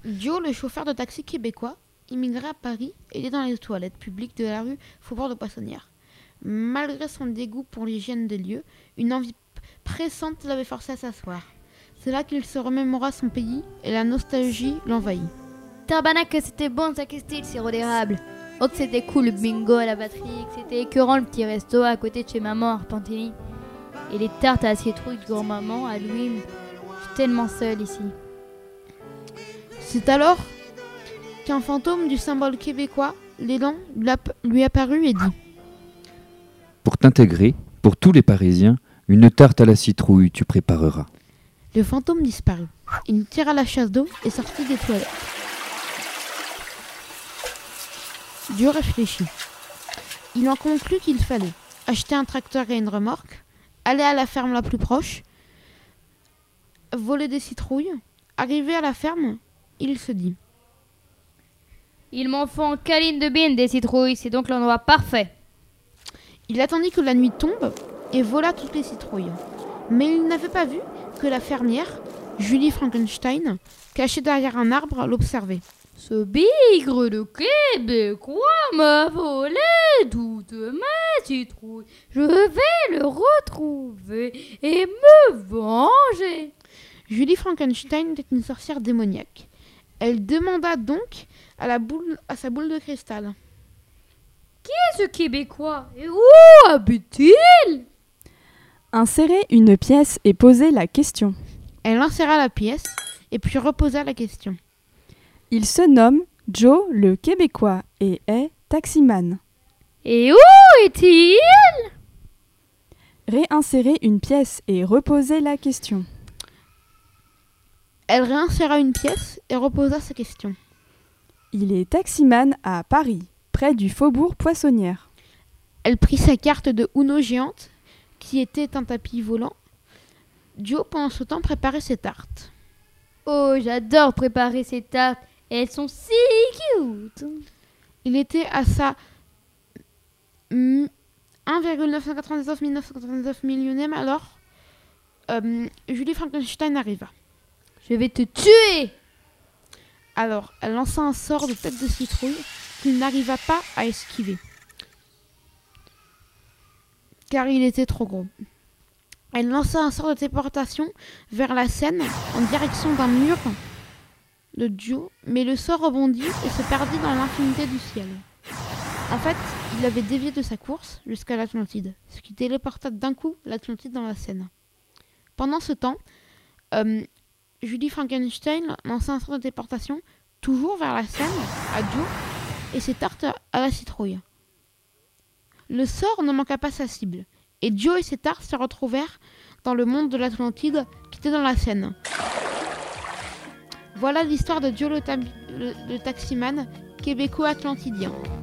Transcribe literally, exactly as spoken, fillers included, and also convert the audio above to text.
Joe, le chauffeur de taxi québécois, immigré à Paris, était dans les toilettes publiques de la rue Faubourg de Poissonnière. Malgré son dégoût pour l'hygiène des lieux, une envie pressante l'avait forcé à s'asseoir. C'est là qu'il se remémora son pays et la nostalgie l'envahit. Tabarnak que c'était bon ça que le sirop d'érable. Oh que c'était cool le bingo à la batterie, que c'était écœurant le petit resto à côté de chez maman à Repentigny. Et les tartes à la citrouille de grand-maman à Louis. Je suis tellement seule ici. C'est alors qu'un fantôme du symbole québécois, l'élan, lui apparut et dit « Pour t'intégrer, pour tous les Parisiens, une tarte à la citrouille tu prépareras. » Le fantôme disparut. Il tira la chasse d'eau et sortit des toilettes. Dieu réfléchit. Il en conclut qu'il fallait acheter un tracteur et une remorque, aller à la ferme la plus proche, voler des citrouilles. Arrivé à la ferme, il se dit « Il m'en faut en câline de bine des citrouilles, c'est donc l'endroit parfait. » Il attendit que la nuit tombe et vola toutes les citrouilles. Mais il n'avait pas vu que la fermière, Julie Frankenstein, cachée derrière un arbre, l'observait. « Ce bigre de Québécois m'a volé toutes mes citrouilles. Je vais le retrouver et me venger. » Julie Frankenstein était une sorcière démoniaque. Elle demanda donc à, la boule, à sa boule de cristal. « Qui est ce Québécois et où habite-t-il » Insérez une pièce et posez la question. Elle inséra la pièce et puis reposa la question. Il se nomme Joe le Québécois et est taximan. Et où est-il ? Réinsérez une pièce et reposez la question. Elle réinséra une pièce et reposa sa question. Il est taximan à Paris, près du faubourg Poissonnière. Elle prit sa carte de Uno géante, qui était un tapis volant. Joe, pendant ce temps, préparait ses tartes. Oh, j'adore préparer ces tartes. Elles sont si cute. Il était à sa un virgule neuf cent quatre-vingt-dix-neuf mille neuf cent quatre-vingt-dix-neuf millionième alors euh, Julie Frankenstein arriva. Je vais te tuer. Alors, elle lança un sort de tête de citrouille qu'il n'arriva pas à esquiver, car il était trop gros. Elle lança un sort de téléportation vers la Seine en direction d'un mur de Joe, mais le sort rebondit et se perdit dans l'infinité du ciel. En fait, il avait dévié de sa course jusqu'à l'Atlantide, ce qui téléporta d'un coup l'Atlantide dans la Seine. Pendant ce temps, euh, Julie Frankenstein lança un sort de téléportation toujours vers la Seine, à Joe, et ses tartes à la citrouille. Le sort ne manqua pas sa cible, et Joe et ses tartes se retrouvèrent dans le monde de l'Atlantide qui était dans la Seine. Voilà l'histoire de Joe le, ta- le, le taximan québéco-atlantidien.